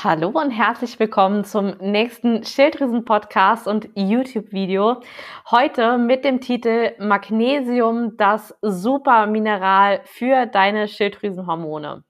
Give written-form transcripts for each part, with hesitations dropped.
Hallo und herzlich willkommen zum nächsten Schilddrüsen-Podcast und YouTube-Video. Heute mit dem Titel Magnesium, das Supermineral für deine Schilddrüsenhormone.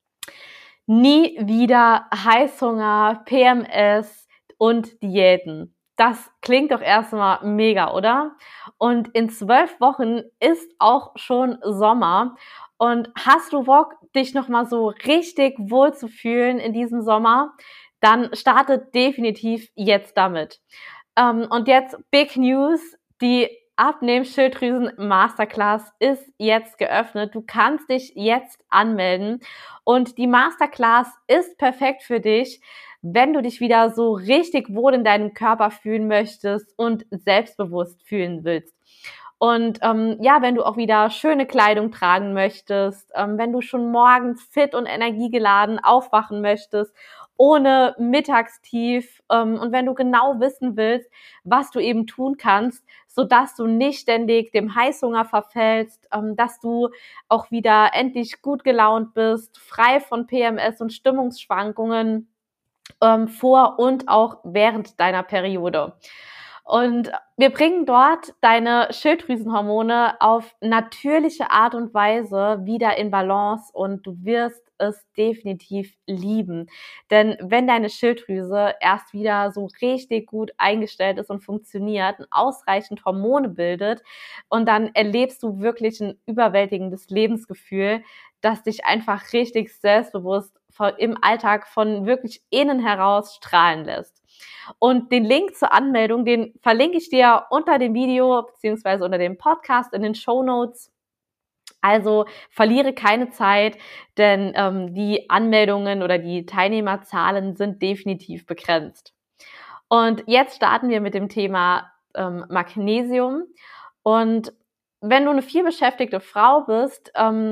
Nie wieder Heißhunger, PMS und Diäten. Das klingt doch erstmal mega, oder? Und in 12 Wochen ist auch schon Sommer. Und hast du Bock, dich nochmal so richtig wohl zu fühlen in diesem Sommer? Dann startet definitiv jetzt damit. Und jetzt Big News, die Abnehmen-Schilddrüsen Masterclass ist jetzt geöffnet. Du kannst dich jetzt anmelden und die Masterclass ist perfekt für dich, wenn du dich wieder so richtig wohl in deinem Körper fühlen möchtest und selbstbewusst fühlen willst. Und wenn du auch wieder schöne Kleidung tragen möchtest, wenn du schon morgens fit und energiegeladen aufwachen möchtest, ohne Mittagstief und wenn du genau wissen willst, was du eben tun kannst, sodass du nicht ständig dem Heißhunger verfällst, dass du auch wieder endlich gut gelaunt bist, frei von PMS und Stimmungsschwankungen vor und auch während deiner Periode. Und wir bringen dort deine Schilddrüsenhormone auf natürliche Art und Weise wieder in Balance und du wirst es definitiv lieben. Denn wenn deine Schilddrüse erst wieder so richtig gut eingestellt ist und funktioniert und ausreichend Hormone bildet und dann erlebst du wirklich ein überwältigendes Lebensgefühl, das dich einfach richtig selbstbewusst im Alltag von wirklich innen heraus strahlen lässt. Und den Link zur Anmeldung, den verlinke ich dir unter dem Video beziehungsweise unter dem Podcast in den Shownotes. Also verliere keine Zeit, denn die Anmeldungen oder die Teilnehmerzahlen sind definitiv begrenzt. Und jetzt starten wir mit dem Thema Magnesium. Und wenn du eine vielbeschäftigte Frau bist,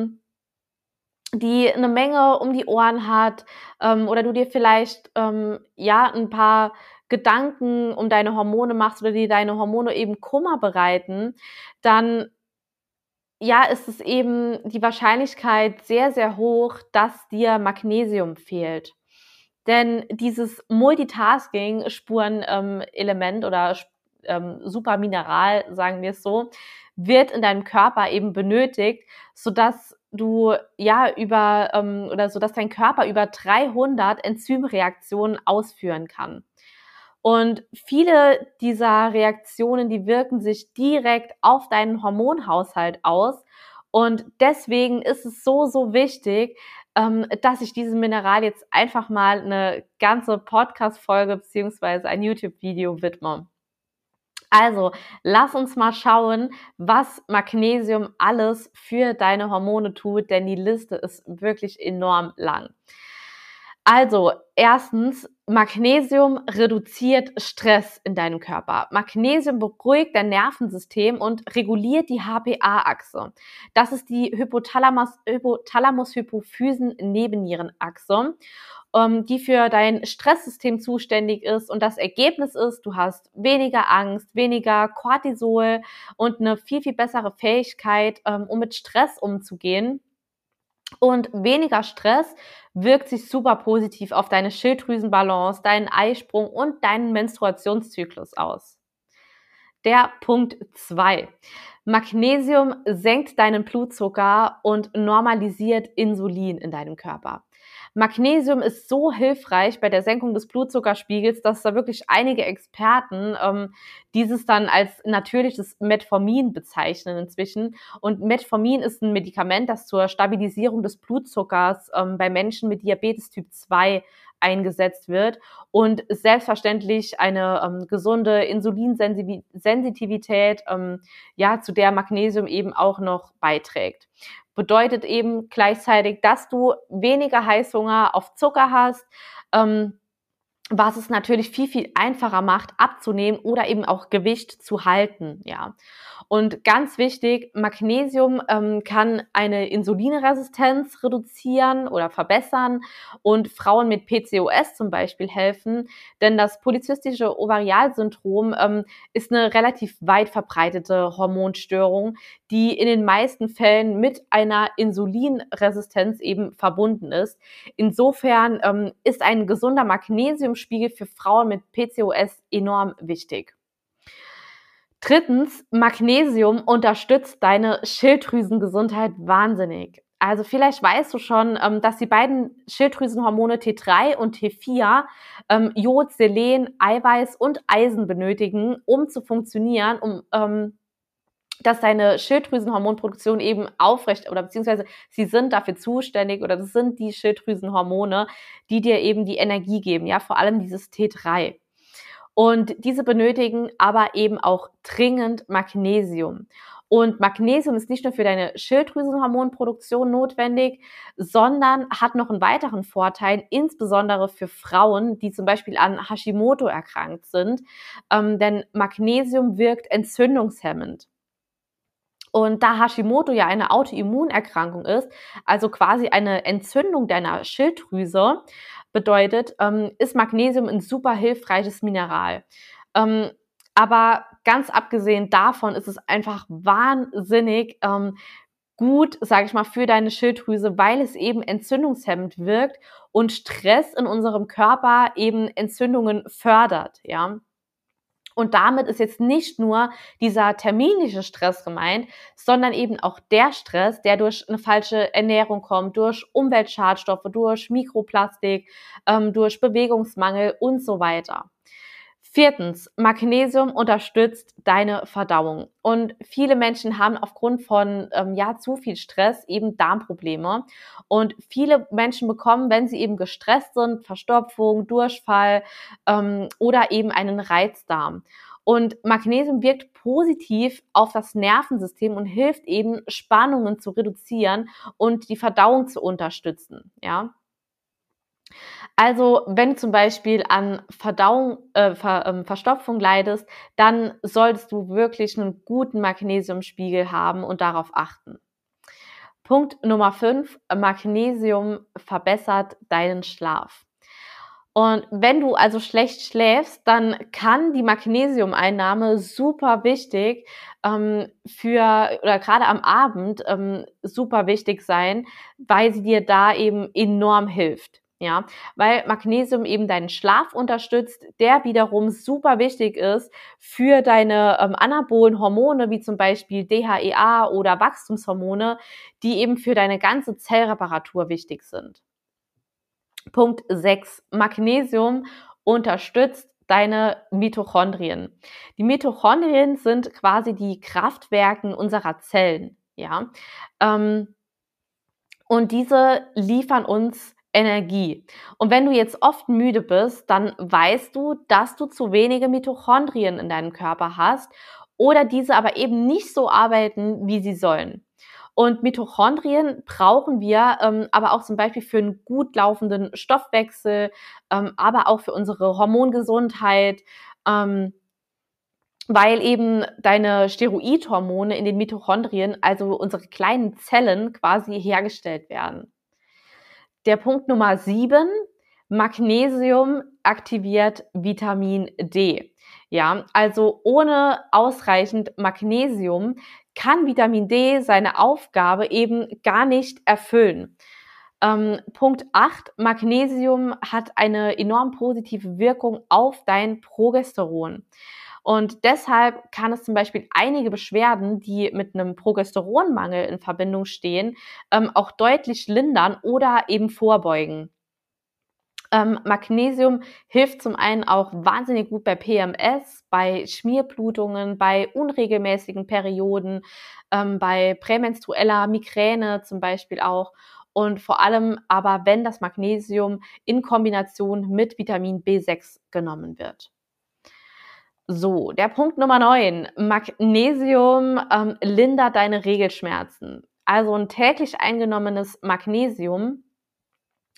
die eine Menge um die Ohren hat oder du dir vielleicht ein paar Gedanken um deine Hormone machst oder die deine Hormone eben Kummer bereiten, dann ist es eben die Wahrscheinlichkeit sehr, sehr hoch, dass dir Magnesium fehlt. Denn dieses Multitasking-Spuren-Element oder Supermineral, sagen wir es so, wird in deinem Körper eben benötigt, sodass du sodass dein Körper über 300 Enzymreaktionen ausführen kann. Und viele dieser Reaktionen, die wirken sich direkt auf deinen Hormonhaushalt aus. Und deswegen ist es so, so wichtig, dass ich diesem Mineral jetzt einfach mal eine ganze Podcast-Folge beziehungsweise ein YouTube-Video widme. Also, lass uns mal schauen, was Magnesium alles für deine Hormone tut, denn die Liste ist wirklich enorm lang. Also, erstens, Magnesium reduziert Stress in deinem Körper. Magnesium beruhigt dein Nervensystem und reguliert die HPA-Achse. Das ist die Hypothalamus-Hypophysen-Nebennierenachse, die für dein Stresssystem zuständig ist. Und das Ergebnis ist, du hast weniger Angst, weniger Cortisol und eine viel, viel bessere Fähigkeit, um mit Stress umzugehen. Und weniger Stress wirkt sich super positiv auf deine Schilddrüsenbalance, deinen Eisprung und deinen Menstruationszyklus aus. Der Punkt 2. Magnesium senkt deinen Blutzucker und normalisiert Insulin in deinem Körper. Magnesium ist so hilfreich bei der Senkung des Blutzuckerspiegels, dass da wirklich einige Experten dieses dann als natürliches Metformin bezeichnen inzwischen. Und Metformin ist ein Medikament, das zur Stabilisierung des Blutzuckers bei Menschen mit Diabetes Typ 2 eingesetzt wird und selbstverständlich eine gesunde Insulinsensitivität, zu der Magnesium eben auch noch beiträgt. Bedeutet eben gleichzeitig, dass du weniger Heißhunger auf Zucker hast, was es natürlich viel, viel einfacher macht, abzunehmen oder eben auch Gewicht zu halten, ja. Und ganz wichtig, Magnesium kann eine Insulinresistenz reduzieren oder verbessern und Frauen mit PCOS zum Beispiel helfen, denn das polyzystische Ovarialsyndrom ist eine relativ weit verbreitete Hormonstörung, die in den meisten Fällen mit einer Insulinresistenz eben verbunden ist. Insofern ist ein gesunder Magnesiumspiegel für Frauen mit PCOS enorm wichtig. Drittens, Magnesium unterstützt deine Schilddrüsengesundheit wahnsinnig. Also vielleicht weißt du schon, dass die beiden Schilddrüsenhormone T3 und T4 Jod, Selen, Eiweiß und Eisen benötigen, um zu funktionieren, dass deine Schilddrüsenhormonproduktion eben aufrecht oder beziehungsweise sie sind dafür zuständig oder das sind die Schilddrüsenhormone, die dir eben die Energie geben, ja, vor allem dieses T3. Und diese benötigen aber eben auch dringend Magnesium. Und Magnesium ist nicht nur für deine Schilddrüsenhormonproduktion notwendig, sondern hat noch einen weiteren Vorteil, insbesondere für Frauen, die zum Beispiel an Hashimoto erkrankt sind, denn Magnesium wirkt entzündungshemmend. Und da Hashimoto ja eine Autoimmunerkrankung ist, also quasi eine Entzündung deiner Schilddrüse bedeutet, ist Magnesium ein super hilfreiches Mineral. Aber ganz abgesehen davon ist es einfach wahnsinnig gut, sage ich mal, für deine Schilddrüse, weil es eben entzündungshemmend wirkt und Stress in unserem Körper eben Entzündungen fördert, ja. Und damit ist jetzt nicht nur dieser terminische Stress gemeint, sondern eben auch der Stress, der durch eine falsche Ernährung kommt, durch Umweltschadstoffe, durch Mikroplastik, durch Bewegungsmangel und so weiter. Viertens, Magnesium unterstützt deine Verdauung. Und viele Menschen haben aufgrund von zu viel Stress eben Darmprobleme. Und viele Menschen bekommen, wenn sie eben gestresst sind, Verstopfung, Durchfall oder eben einen Reizdarm. Und Magnesium wirkt positiv auf das Nervensystem und hilft eben, Spannungen zu reduzieren und die Verdauung zu unterstützen. Ja. Also, wenn du zum Beispiel an Verstopfung leidest, dann solltest du wirklich einen guten Magnesiumspiegel haben und darauf achten. Punkt Nummer 5: Magnesium verbessert deinen Schlaf. Und wenn du also schlecht schläfst, dann kann die Magnesiumeinnahme super wichtig für oder gerade am Abend super wichtig sein, weil sie dir da eben enorm hilft. Ja, weil Magnesium eben deinen Schlaf unterstützt, der wiederum super wichtig ist für deine anabolen Hormone, wie zum Beispiel DHEA oder Wachstumshormone, die eben für deine ganze Zellreparatur wichtig sind. Punkt 6: Magnesium unterstützt deine Mitochondrien. Die Mitochondrien sind quasi die Kraftwerke unserer Zellen, ja. Und diese liefern uns Energie. Und wenn du jetzt oft müde bist, dann weißt du, dass du zu wenige Mitochondrien in deinem Körper hast oder diese aber eben nicht so arbeiten, wie sie sollen. Und Mitochondrien brauchen wir aber auch zum Beispiel für einen gut laufenden Stoffwechsel, aber auch für unsere Hormongesundheit, weil eben deine Steroidhormone in den Mitochondrien, also unsere kleinen Zellen, quasi hergestellt werden. Der Punkt Nummer 7: Magnesium aktiviert Vitamin D. Ja, also ohne ausreichend Magnesium kann Vitamin D seine Aufgabe eben gar nicht erfüllen. Punkt 8: Magnesium hat eine enorm positive Wirkung auf dein Progesteron. Und deshalb kann es zum Beispiel einige Beschwerden, die mit einem Progesteronmangel in Verbindung stehen, auch deutlich lindern oder eben vorbeugen. Magnesium hilft zum einen auch wahnsinnig gut bei PMS, bei Schmierblutungen, bei unregelmäßigen Perioden, bei prämenstrueller Migräne zum Beispiel auch. Und vor allem aber, wenn das Magnesium in Kombination mit Vitamin B6 genommen wird. So, der Punkt Nummer 9: Magnesium lindert deine Regelschmerzen. Also ein täglich eingenommenes Magnesium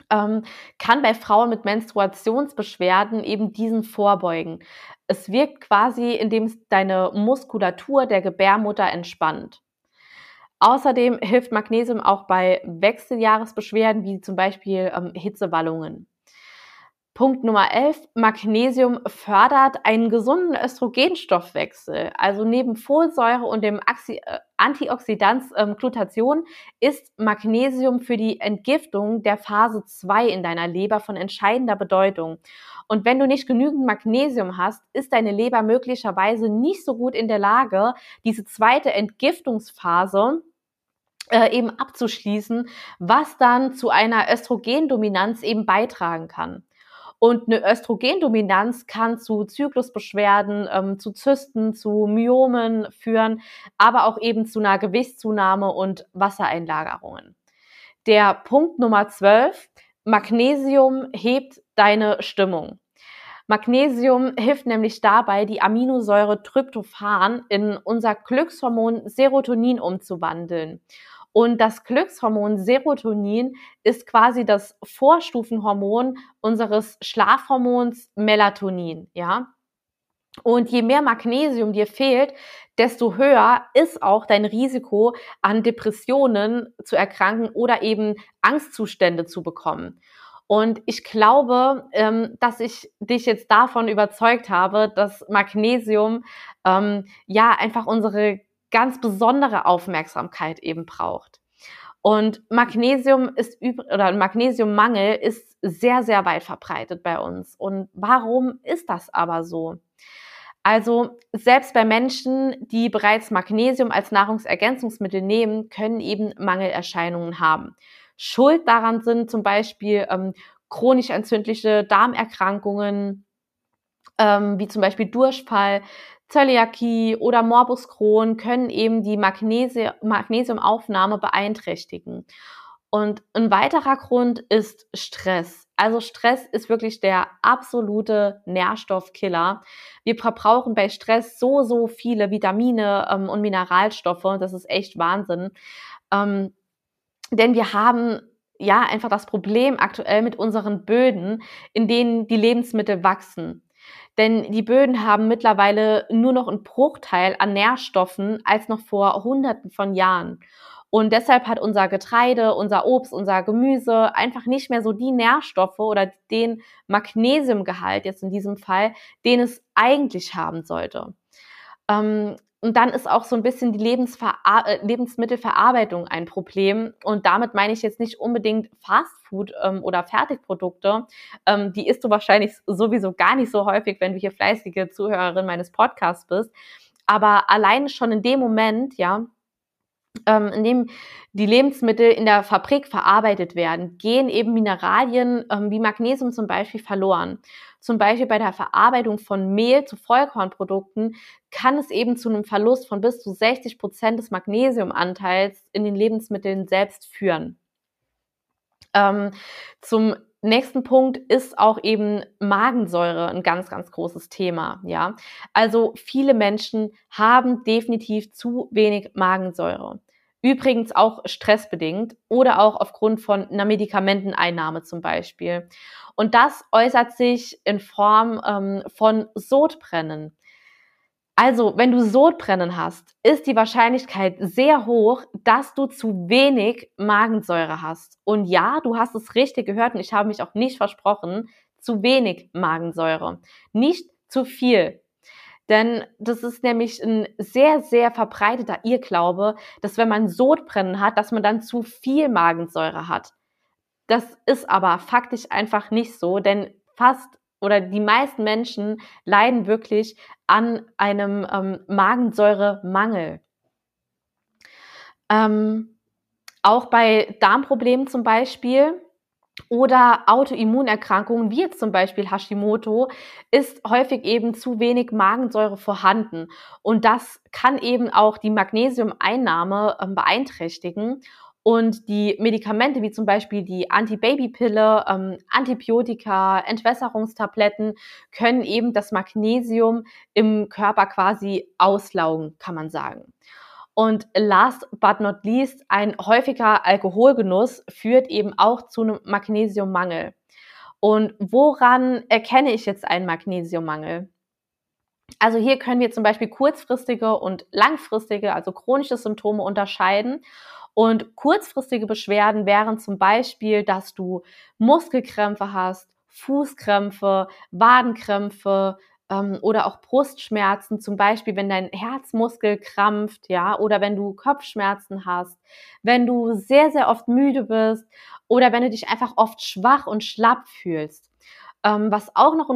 kann bei Frauen mit Menstruationsbeschwerden eben diesen vorbeugen. Es wirkt quasi, indem es deine Muskulatur der Gebärmutter entspannt. Außerdem hilft Magnesium auch bei Wechseljahresbeschwerden wie zum Beispiel Hitzewallungen. Punkt Nummer 11: Magnesium fördert einen gesunden Östrogenstoffwechsel. Also neben Folsäure und dem Antioxidant Glutathion ist Magnesium für die Entgiftung der Phase 2 in deiner Leber von entscheidender Bedeutung. Und wenn du nicht genügend Magnesium hast, ist deine Leber möglicherweise nicht so gut in der Lage, diese zweite Entgiftungsphase eben abzuschließen, was dann zu einer Östrogendominanz eben beitragen kann. Und eine Östrogendominanz kann zu Zyklusbeschwerden, zu Zysten, zu Myomen führen, aber auch eben zu einer Gewichtszunahme und Wassereinlagerungen. Der Punkt Nummer 12: Magnesium hebt deine Stimmung. Magnesium hilft nämlich dabei, die Aminosäure Tryptophan in unser Glückshormon Serotonin umzuwandeln. Und das Glückshormon Serotonin ist quasi das Vorstufenhormon unseres Schlafhormons Melatonin, ja? Und je mehr Magnesium dir fehlt, desto höher ist auch dein Risiko, an Depressionen zu erkranken oder eben Angstzustände zu bekommen. Und ich glaube, dass ich dich jetzt davon überzeugt habe, dass Magnesium ja einfach unsere ganz besondere Aufmerksamkeit eben braucht. Und Magnesiummangel ist sehr, sehr weit verbreitet bei uns. Und warum ist das aber so? Also selbst bei Menschen, die bereits Magnesium als Nahrungsergänzungsmittel nehmen, können eben Mangelerscheinungen haben. Schuld daran sind zum Beispiel chronisch entzündliche Darmerkrankungen, wie zum Beispiel Durchfall, Zöliakie oder Morbus Crohn können eben die Magnesiumaufnahme beeinträchtigen. Und ein weiterer Grund ist Stress. Also Stress ist wirklich der absolute Nährstoffkiller. Wir verbrauchen bei Stress so viele Vitamine und Mineralstoffe. Das ist echt Wahnsinn. Denn wir haben ja einfach das Problem aktuell mit unseren Böden, in denen die Lebensmittel wachsen. Denn die Böden haben mittlerweile nur noch einen Bruchteil an Nährstoffen als noch vor Hunderten von Jahren. Und deshalb hat unser Getreide, unser Obst, unser Gemüse einfach nicht mehr so die Nährstoffe oder den Magnesiumgehalt jetzt in diesem Fall, den es eigentlich haben sollte. Und dann ist auch so ein bisschen die Lebensmittelverarbeitung ein Problem. Und damit meine ich jetzt nicht unbedingt Fastfood oder Fertigprodukte. Die isst du wahrscheinlich sowieso gar nicht so häufig, wenn du hier fleißige Zuhörerin meines Podcasts bist. Aber allein schon in dem Moment, ja, in dem die Lebensmittel in der Fabrik verarbeitet werden, gehen eben Mineralien wie Magnesium zum Beispiel verloren. Zum Beispiel bei der Verarbeitung von Mehl zu Vollkornprodukten kann es eben zu einem Verlust von bis zu 60% des Magnesiumanteils in den Lebensmitteln selbst führen. Zum nächsten Punkt ist auch eben Magensäure ein ganz, ganz großes Thema, ja. Also viele Menschen haben definitiv zu wenig Magensäure. Übrigens auch stressbedingt oder auch aufgrund von einer Medikamenteneinnahme zum Beispiel. Und das äußert sich in Form von Sodbrennen. Also, wenn du Sodbrennen hast, ist die Wahrscheinlichkeit sehr hoch, dass du zu wenig Magensäure hast. Und ja, du hast es richtig gehört und ich habe mich auch nicht versprochen, zu wenig Magensäure. Nicht zu viel. Denn das ist nämlich ein sehr, sehr verbreiteter Irrglaube, dass wenn man Sodbrennen hat, dass man dann zu viel Magensäure hat. Das ist aber faktisch einfach nicht so, denn fast oder die meisten Menschen leiden wirklich an einem Magensäuremangel. Auch bei Darmproblemen zum Beispiel oder Autoimmunerkrankungen wie jetzt zum Beispiel Hashimoto ist häufig eben zu wenig Magensäure vorhanden. Und das kann eben auch die Magnesiumeinnahme beeinträchtigen. Und die Medikamente wie zum Beispiel die Antibabypille, Antibiotika, Entwässerungstabletten können eben das Magnesium im Körper quasi auslaugen, kann man sagen. Und last but not least, ein häufiger Alkoholgenuss führt eben auch zu einem Magnesiummangel. Und woran erkenne ich jetzt einen Magnesiummangel? Also hier können wir zum Beispiel kurzfristige und langfristige, also chronische Symptome unterscheiden. Und kurzfristige Beschwerden wären zum Beispiel, dass du Muskelkrämpfe hast, Fußkrämpfe, Wadenkrämpfe oder auch Brustschmerzen, zum Beispiel wenn dein Herzmuskel krampft, ja, oder wenn du Kopfschmerzen hast, wenn du sehr, sehr oft müde bist oder wenn du dich einfach oft schwach und schlapp fühlst. Was auch noch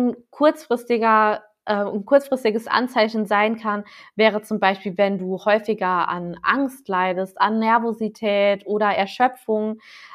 ein kurzfristiges Anzeichen sein kann, wäre zum Beispiel, wenn du häufiger an Angst leidest, an Nervosität oder Erschöpfung,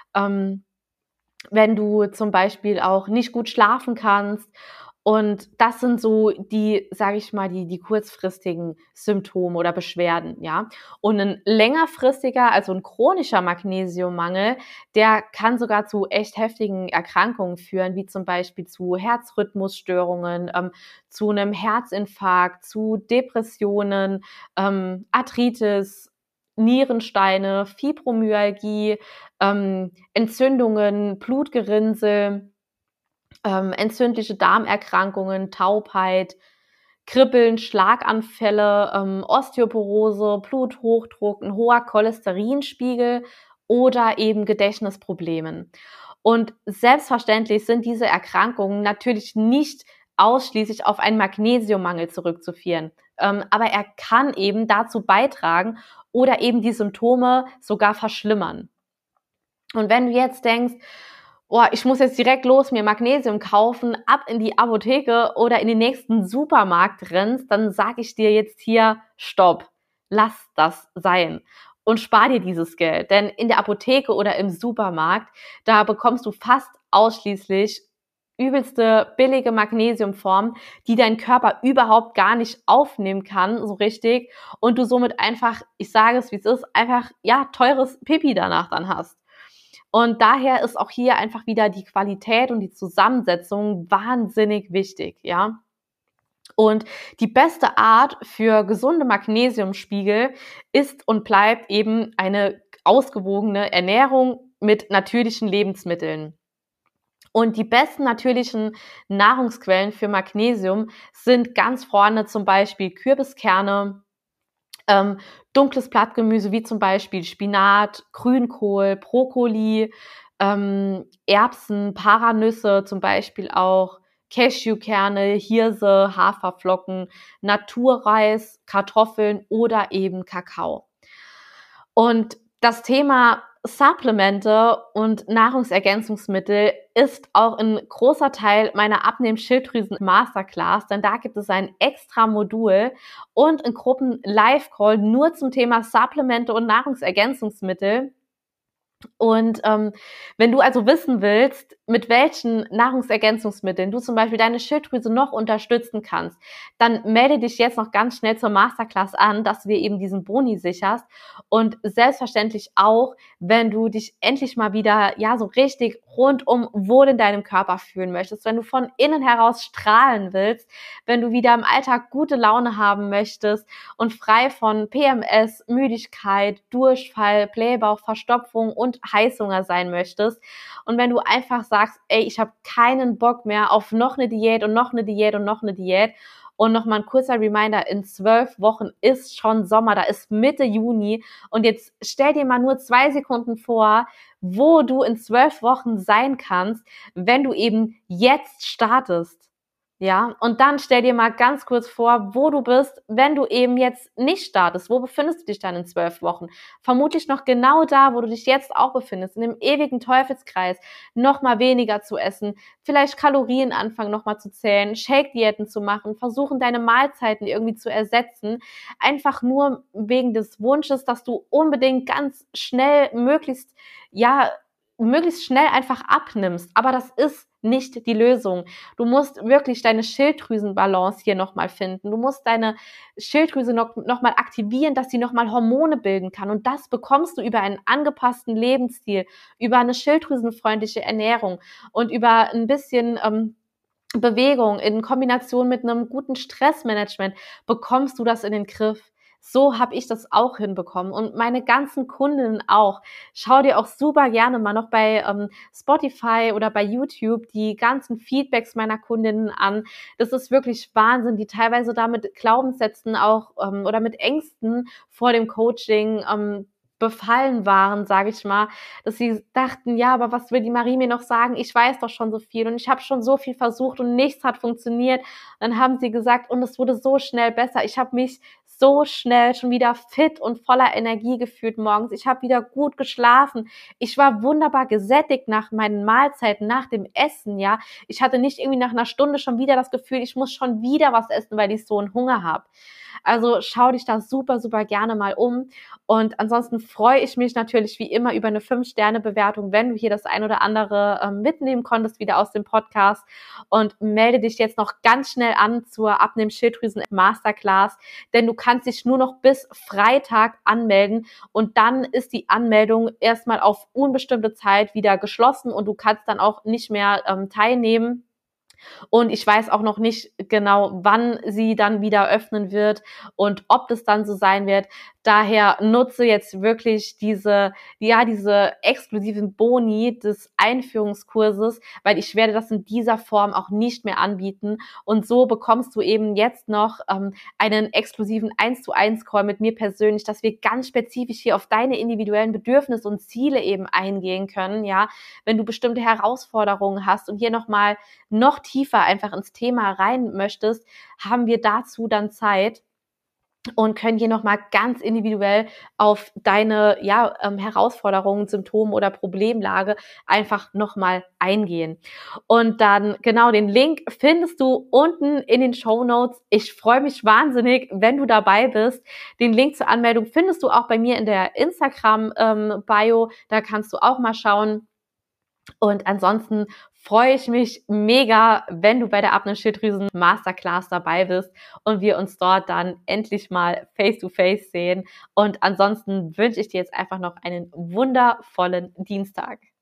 wenn du zum Beispiel auch nicht gut schlafen kannst. Und das sind so die, sage ich mal, die kurzfristigen Symptome oder Beschwerden, ja. Und ein längerfristiger, also ein chronischer Magnesiummangel, der kann sogar zu echt heftigen Erkrankungen führen, wie zum Beispiel zu Herzrhythmusstörungen, zu einem Herzinfarkt, zu Depressionen, Arthritis, Nierensteine, Fibromyalgie, Entzündungen, Blutgerinnsel, entzündliche Darmerkrankungen, Taubheit, Kribbeln, Schlaganfälle, Osteoporose, Bluthochdruck, ein hoher Cholesterinspiegel oder eben Gedächtnisproblemen. Und selbstverständlich sind diese Erkrankungen natürlich nicht ausschließlich auf einen Magnesiummangel zurückzuführen. Aber er kann eben dazu beitragen oder eben die Symptome sogar verschlimmern. Und wenn du jetzt denkst, oh, ich muss jetzt direkt los mir Magnesium kaufen, ab in die Apotheke oder in den nächsten Supermarkt rennst, dann sage ich dir jetzt hier, stopp, lass das sein und spar dir dieses Geld. Denn in der Apotheke oder im Supermarkt, da bekommst du fast ausschließlich übelste billige Magnesiumform, die dein Körper überhaupt gar nicht aufnehmen kann, so richtig, und du somit einfach, ich sage es wie es ist, einfach, ja, teures Pipi danach dann hast. Und daher ist auch hier einfach wieder die Qualität und die Zusammensetzung wahnsinnig wichtig, ja. Und die beste Art für gesunde Magnesiumspiegel ist und bleibt eben eine ausgewogene Ernährung mit natürlichen Lebensmitteln. Und die besten natürlichen Nahrungsquellen für Magnesium sind ganz vorne zum Beispiel Kürbiskerne, dunkles Blattgemüse wie zum Beispiel Spinat, Grünkohl, Brokkoli, Erbsen, Paranüsse zum Beispiel auch, Cashewkerne, Hirse, Haferflocken, Naturreis, Kartoffeln oder eben Kakao. Und das Thema Supplemente und Nahrungsergänzungsmittel ist auch ein großer Teil meiner Abnehmen-Schilddrüsen-Masterclass, denn da gibt es ein extra Modul und einen Gruppen-Live-Call nur zum Thema Supplemente und Nahrungsergänzungsmittel. Und wenn du also wissen willst, mit welchen Nahrungsergänzungsmitteln du zum Beispiel deine Schilddrüse noch unterstützen kannst, dann melde dich jetzt noch ganz schnell zur Masterclass an, dass du dir eben diesen Boni sicherst. Und selbstverständlich auch, wenn du dich endlich mal wieder ja so richtig rundum wohl in deinem Körper fühlen möchtest, wenn du von innen heraus strahlen willst, wenn du wieder im Alltag gute Laune haben möchtest und frei von PMS, Müdigkeit, Durchfall, Blähbauch, Verstopfung und Heißhunger sein möchtest. Und wenn du einfach sagst, ey, ich habe keinen Bock mehr auf noch eine Diät und noch eine Diät und noch eine Diät. Und nochmal ein kurzer Reminder, in 12 Wochen ist schon Sommer, da ist Mitte Juni. Und jetzt stell dir mal nur 2 Sekunden vor, wo du in 12 Wochen sein kannst, wenn du eben jetzt startest. Ja, und dann stell dir mal ganz kurz vor, wo du bist, wenn du eben jetzt nicht startest. Wo befindest du dich dann in 12 Wochen? Vermutlich noch genau da, wo du dich jetzt auch befindest, in dem ewigen Teufelskreis, noch mal weniger zu essen, vielleicht Kalorien anfangen noch mal zu zählen, Shake-Diäten zu machen, versuchen deine Mahlzeiten irgendwie zu ersetzen, einfach nur wegen des Wunsches, dass du unbedingt ganz schnell möglichst schnell einfach abnimmst. Aber das ist nicht die Lösung. Du musst wirklich deine Schilddrüsenbalance hier nochmal finden. Du musst deine Schilddrüse noch mal aktivieren, dass sie nochmal Hormone bilden kann. Und das bekommst du über einen angepassten Lebensstil, über eine schilddrüsenfreundliche Ernährung und über ein bisschen Bewegung in Kombination mit einem guten Stressmanagement bekommst du das in den Griff. so habe ich das auch hinbekommen und meine ganzen Kundinnen auch. Schau dir auch super gerne mal noch bei Spotify oder bei YouTube die ganzen Feedbacks meiner Kundinnen an. Das ist wirklich Wahnsinn, die teilweise da mit Glaubenssätzen auch oder mit Ängsten vor dem Coaching befallen waren, sage ich mal, dass sie dachten, ja, aber was will die Marie mir noch sagen? Ich weiß doch schon so viel und ich habe schon so viel versucht und nichts hat funktioniert. Dann haben sie gesagt, und es wurde so schnell besser. Ich habe mich so schnell schon wieder fit und voller Energie gefühlt morgens. Ich habe wieder gut geschlafen. Ich war wunderbar gesättigt nach meinen Mahlzeiten, nach dem Essen, ja. Ich hatte nicht irgendwie nach einer Stunde schon wieder das Gefühl, ich muss schon wieder was essen, weil ich so einen Hunger habe. Also schau dich da super, super gerne mal um. Und ansonsten freue ich mich natürlich wie immer über eine 5-Sterne-Bewertung, wenn du hier das ein oder andere mitnehmen konntest wieder aus dem Podcast. Und melde dich jetzt noch ganz schnell an zur Abnehmen-Schilddrüsen Masterclass, denn du kannst dich nur noch bis Freitag anmelden und dann ist die Anmeldung erstmal auf unbestimmte Zeit wieder geschlossen und du kannst dann auch nicht mehr teilnehmen. Und ich weiß auch noch nicht genau, wann sie dann wieder öffnen wird und ob das dann so sein wird. Daher nutze jetzt wirklich diese exklusiven Boni des Einführungskurses, weil ich werde das in dieser Form auch nicht mehr anbieten. Und so bekommst du eben jetzt noch einen exklusiven 1:1 Call mit mir persönlich, dass wir ganz spezifisch hier auf deine individuellen Bedürfnisse und Ziele eben eingehen können. Ja, wenn du bestimmte Herausforderungen hast und hier noch tiefer einfach ins Thema rein möchtest, haben wir dazu dann Zeit und können hier nochmal ganz individuell auf deine Herausforderungen, Symptome oder Problemlage einfach nochmal eingehen. Und dann genau den Link findest du unten in den Shownotes. Ich freue mich wahnsinnig, wenn du dabei bist. Den Link zur Anmeldung findest du auch bei mir in der Instagram-Bio. Da kannst du auch mal schauen. Und ansonsten freue ich mich mega, wenn du bei der Abnehmen-Schilddrüsen Masterclass dabei bist und wir uns dort dann endlich mal face-to-face sehen. Und ansonsten wünsche ich dir jetzt einfach noch einen wundervollen Dienstag.